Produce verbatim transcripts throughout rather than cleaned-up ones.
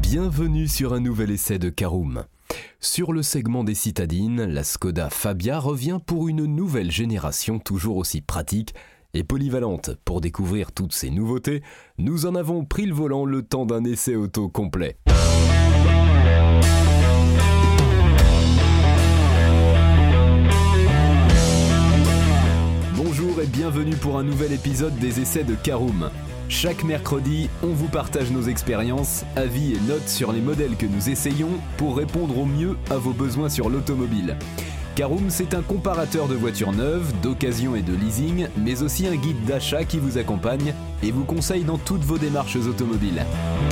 Bienvenue sur un nouvel essai de Caroom. Sur le segment des citadines, la Skoda Fabia revient pour une nouvelle génération toujours aussi pratique et polyvalente. Pour découvrir toutes ces nouveautés, nous en avons pris le volant le temps d'un essai auto complet. Bonjour et bienvenue pour un nouvel épisode des essais de Caroom. Chaque mercredi, on vous partage nos expériences, avis et notes sur les modèles que nous essayons pour répondre au mieux à vos besoins sur l'automobile. Caroom, c'est un comparateur de voitures neuves, d'occasion et de leasing, mais aussi un guide d'achat qui vous accompagne et vous conseille dans toutes vos démarches automobiles.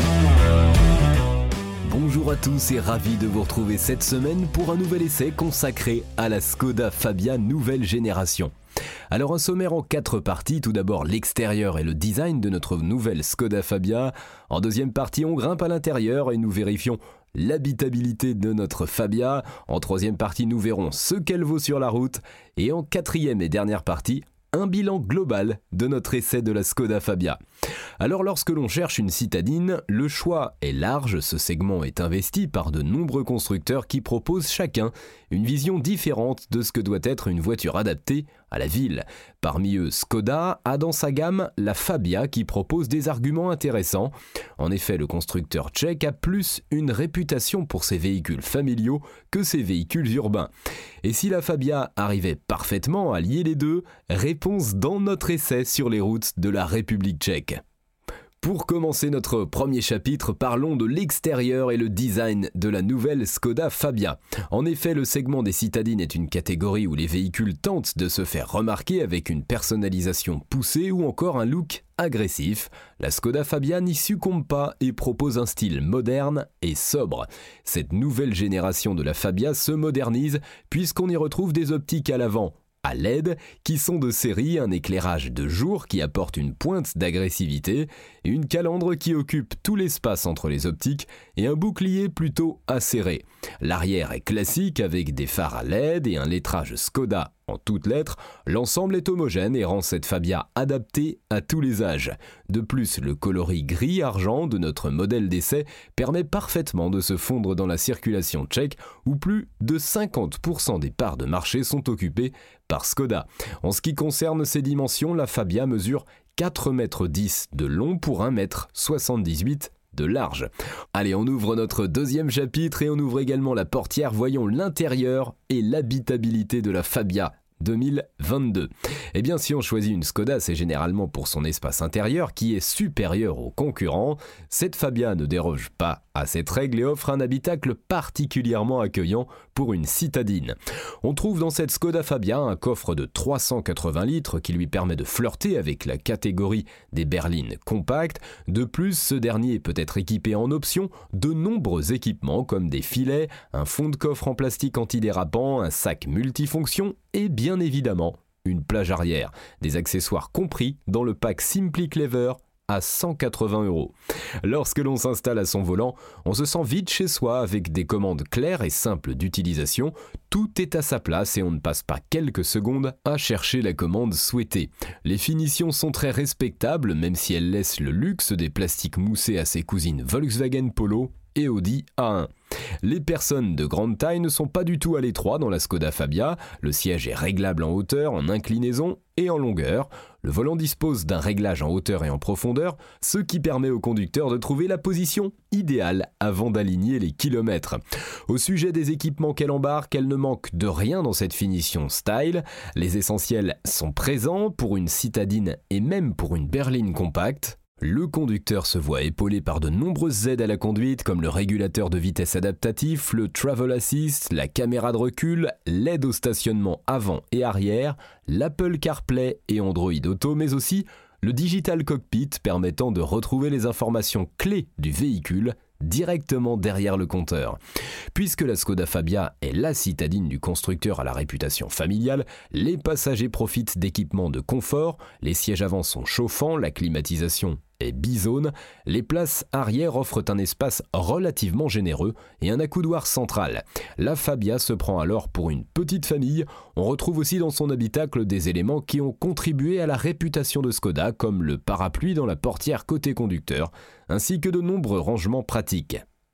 Bonjour à tous et ravi de vous retrouver cette semaine pour un nouvel essai consacré à la Skoda Fabia nouvelle génération. Alors un sommaire en quatre parties, tout d'abord l'extérieur et le design de notre nouvelle Skoda Fabia. En deuxième partie, on grimpe à l'intérieur et nous vérifions l'habitabilité de notre Fabia. En troisième partie, nous verrons ce qu'elle vaut sur la route. Et en quatrième et dernière partie, un bilan global de notre essai de la Skoda Fabia. Alors lorsque l'on cherche une citadine, le choix est large, ce segment est investi par de nombreux constructeurs qui proposent chacun une vision différente de ce que doit être une voiture adaptée à la ville. Parmi eux, Skoda a dans sa gamme la Fabia qui propose des arguments intéressants. En effet, le constructeur tchèque a plus une réputation pour ses véhicules familiaux que ses véhicules urbains. Et si la Fabia arrivait parfaitement à lier les deux, réponse dans notre essai sur les routes de la République tchèque. Pour commencer notre premier chapitre, parlons de l'extérieur et le design de la nouvelle Skoda Fabia. En effet, le segment des citadines est une catégorie où les véhicules tentent de se faire remarquer avec une personnalisation poussée ou encore un look agressif. La Skoda Fabia n'y succombe pas et propose un style moderne et sobre. Cette nouvelle génération de la Fabia se modernise puisqu'on y retrouve des optiques à l'avant à L E D, qui sont de série, un éclairage de jour qui apporte une pointe d'agressivité, et une calandre qui occupe tout l'espace entre les optiques et un bouclier plutôt acéré. L'arrière est classique avec des phares à L E D et un lettrage Skoda en toutes lettres. L'ensemble est homogène et rend cette Fabia adaptée à tous les âges. De plus, le coloris gris-argent de notre modèle d'essai permet parfaitement de se fondre dans la circulation tchèque où plus de cinquante pour cent des parts de marché sont occupées par Skoda. En ce qui concerne ses dimensions, la Fabia mesure quatre mètres dix de long pour un mètre soixante-dix-huit de large. Allez, on ouvre notre deuxième chapitre et on ouvre également la portière. Voyons l'intérieur et l'habitabilité de la Fabia deux mille vingt-deux. Eh bien, si on choisit une Skoda, c'est généralement pour son espace intérieur qui est supérieur aux concurrents. Cette Fabia ne déroge pas à cette règle et offre un habitacle particulièrement accueillant pour une citadine. On trouve dans cette Skoda Fabia un coffre de trois cent quatre-vingts litres qui lui permet de flirter avec la catégorie des berlines compactes. De plus, ce dernier peut être équipé en option de nombreux équipements comme des filets, un fond de coffre en plastique antidérapant, un sac multifonction et bien évidemment une plage arrière. Des accessoires compris dans le pack Simply Clever à cent quatre-vingts euros. Lorsque l'on s'installe à son volant, on se sent vite chez soi avec des commandes claires et simples d'utilisation. Tout est à sa place et on ne passe pas quelques secondes à chercher la commande souhaitée. Les finitions sont très respectables, même si elles laissent le luxe des plastiques moussés à ses cousines Volkswagen Polo et Audi A un. Les personnes de grande taille ne sont pas du tout à l'étroit dans la Skoda Fabia. Le siège est réglable en hauteur, en inclinaison et en longueur. Le volant dispose d'un réglage en hauteur et en profondeur, ce qui permet au conducteur de trouver la position idéale avant d'aligner les kilomètres. Au sujet des équipements qu'elle embarque, elle ne manque de rien dans cette finition style. Les essentiels sont présents pour une citadine et même pour une berline compacte. Le conducteur se voit épaulé par de nombreuses aides à la conduite comme le régulateur de vitesse adaptatif, le Travel Assist, la caméra de recul, l'aide au stationnement avant et arrière, l'Apple CarPlay et Android Auto, mais aussi le Digital Cockpit permettant de retrouver les informations clés du véhicule directement derrière le compteur. Puisque la Skoda Fabia est la citadine du constructeur à la réputation familiale, les passagers profitent d'équipements de confort, les sièges avant sont chauffants, la climatisation est bizone, les places arrière offrent un espace relativement généreux et un accoudoir central. La Fabia se prend alors pour une petite famille. On retrouve aussi dans son habitacle des éléments qui ont contribué à la réputation de Skoda, comme le parapluie dans la portière côté conducteur, ainsi que de nombreux rangements pratiques.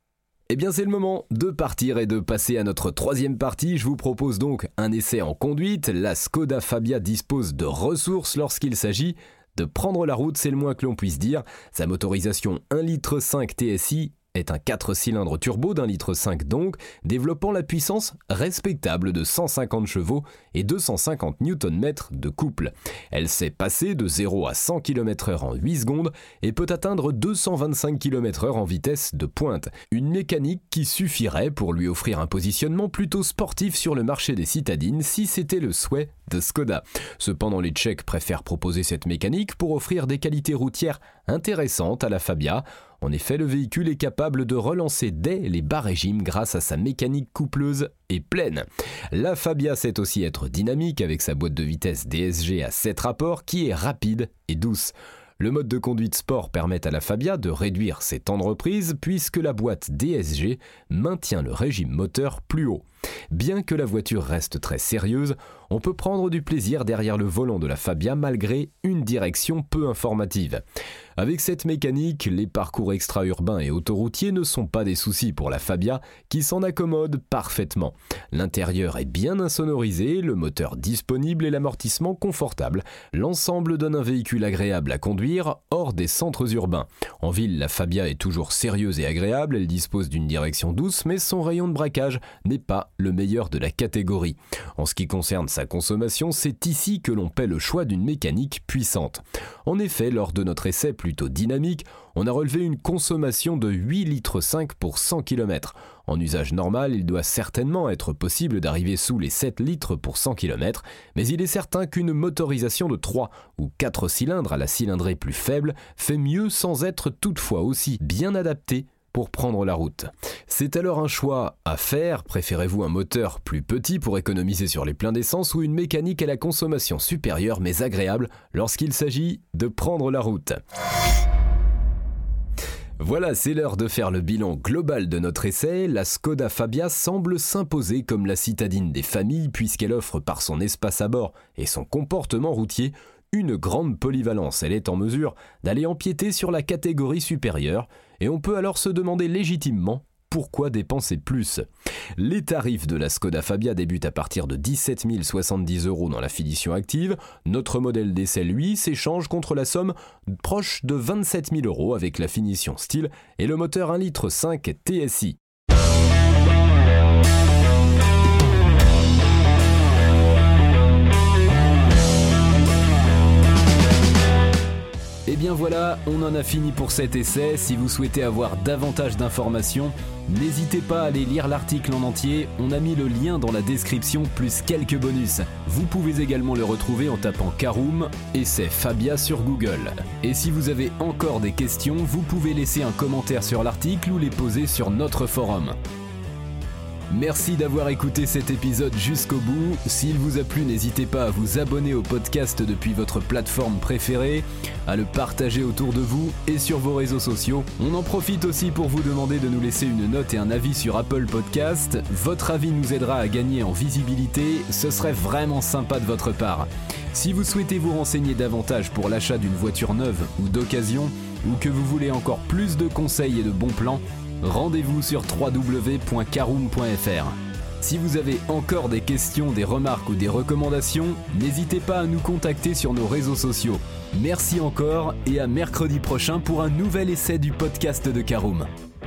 Eh bien c'est le moment de partir et de passer à notre troisième partie. Je vous propose donc un essai en conduite. La Skoda Fabia dispose de ressources lorsqu'il s'agit de prendre la route, c'est le moins que l'on puisse dire. Sa motorisation un virgule cinq litres T S I est un quatre cylindres turbo d'un litre cinq donc, développant la puissance respectable de cent cinquante chevaux et deux cent cinquante newton-mètres de couple. Elle sait passer de zéro à cent kilomètres heure en huit secondes et peut atteindre deux cent vingt-cinq kilomètres heure en vitesse de pointe. Une mécanique qui suffirait pour lui offrir un positionnement plutôt sportif sur le marché des citadines si c'était le souhait de Skoda. Cependant, les Tchèques préfèrent proposer cette mécanique pour offrir des qualités routières intéressantes à la Fabia. En effet, le véhicule est capable de relancer dès les bas régimes grâce à sa mécanique coupleuse et pleine. La Fabia sait aussi être dynamique avec sa boîte de vitesse D S G à sept rapports qui est rapide et douce. Le mode de conduite sport permet à la Fabia de réduire ses temps de reprise puisque la boîte D S G maintient le régime moteur plus haut. Bien que la voiture reste très sérieuse, on peut prendre du plaisir derrière le volant de la Fabia malgré une direction peu informative. Avec cette mécanique, les parcours extra-urbains et autoroutiers ne sont pas des soucis pour la Fabia qui s'en accommode parfaitement. L'intérieur est bien insonorisé, le moteur disponible et l'amortissement confortable. L'ensemble donne un véhicule agréable à conduire hors des centres urbains. En ville, la Fabia est toujours sérieuse et agréable, elle dispose d'une direction douce mais son rayon de braquage n'est pas le meilleur de la catégorie. En ce qui concerne sa consommation, c'est ici que l'on paie le choix d'une mécanique puissante. En effet, lors de notre essai plutôt dynamique, on a relevé une consommation de huit virgule cinq litres pour cent kilomètres. En usage normal, il doit certainement être possible d'arriver sous les sept litres pour cent kilomètres, mais il est certain qu'une motorisation de trois ou quatre cylindres à la cylindrée plus faible fait mieux sans être toutefois aussi bien adaptée pour prendre la route. C'est alors un choix à faire. Préférez-vous un moteur plus petit pour économiser sur les pleins d'essence ou une mécanique à la consommation supérieure mais agréable lorsqu'il s'agit de prendre la route ? Voilà, c'est l'heure de faire le bilan global de notre essai. La Skoda Fabia semble s'imposer comme la citadine des familles puisqu'elle offre par son espace à bord et son comportement routier une grande polyvalence. Elle est en mesure d'aller empiéter sur la catégorie supérieure et on peut alors se demander légitimement pourquoi dépenser plus. Les tarifs de la Skoda Fabia débutent à partir de dix-sept mille soixante-dix euros dans la finition active. Notre modèle d'essai, lui, s'échange contre la somme proche de vingt-sept mille euros avec la finition style et le moteur un virgule cinq litres T S I. Et bien voilà, on en a fini pour cet essai. Si vous souhaitez avoir davantage d'informations, n'hésitez pas à aller lire l'article en entier. On a mis le lien dans la description plus quelques bonus. Vous pouvez également le retrouver en tapant Caroom essai Fabia sur Google. Et si vous avez encore des questions, vous pouvez laisser un commentaire sur l'article ou les poser sur notre forum. Merci d'avoir écouté cet épisode jusqu'au bout. S'il vous a plu, n'hésitez pas à vous abonner au podcast depuis votre plateforme préférée, à le partager autour de vous et sur vos réseaux sociaux. On en profite aussi pour vous demander de nous laisser une note et un avis sur Apple Podcast. Votre avis nous aidera à gagner en visibilité, ce serait vraiment sympa de votre part. Si vous souhaitez vous renseigner davantage pour l'achat d'une voiture neuve ou d'occasion, ou que vous voulez encore plus de conseils et de bons plans, rendez-vous sur w w w point caroom point f r. Si vous avez encore des questions, des remarques ou des recommandations, n'hésitez pas à nous contacter sur nos réseaux sociaux. Merci encore et à mercredi prochain pour un nouvel essai du podcast de Caroom.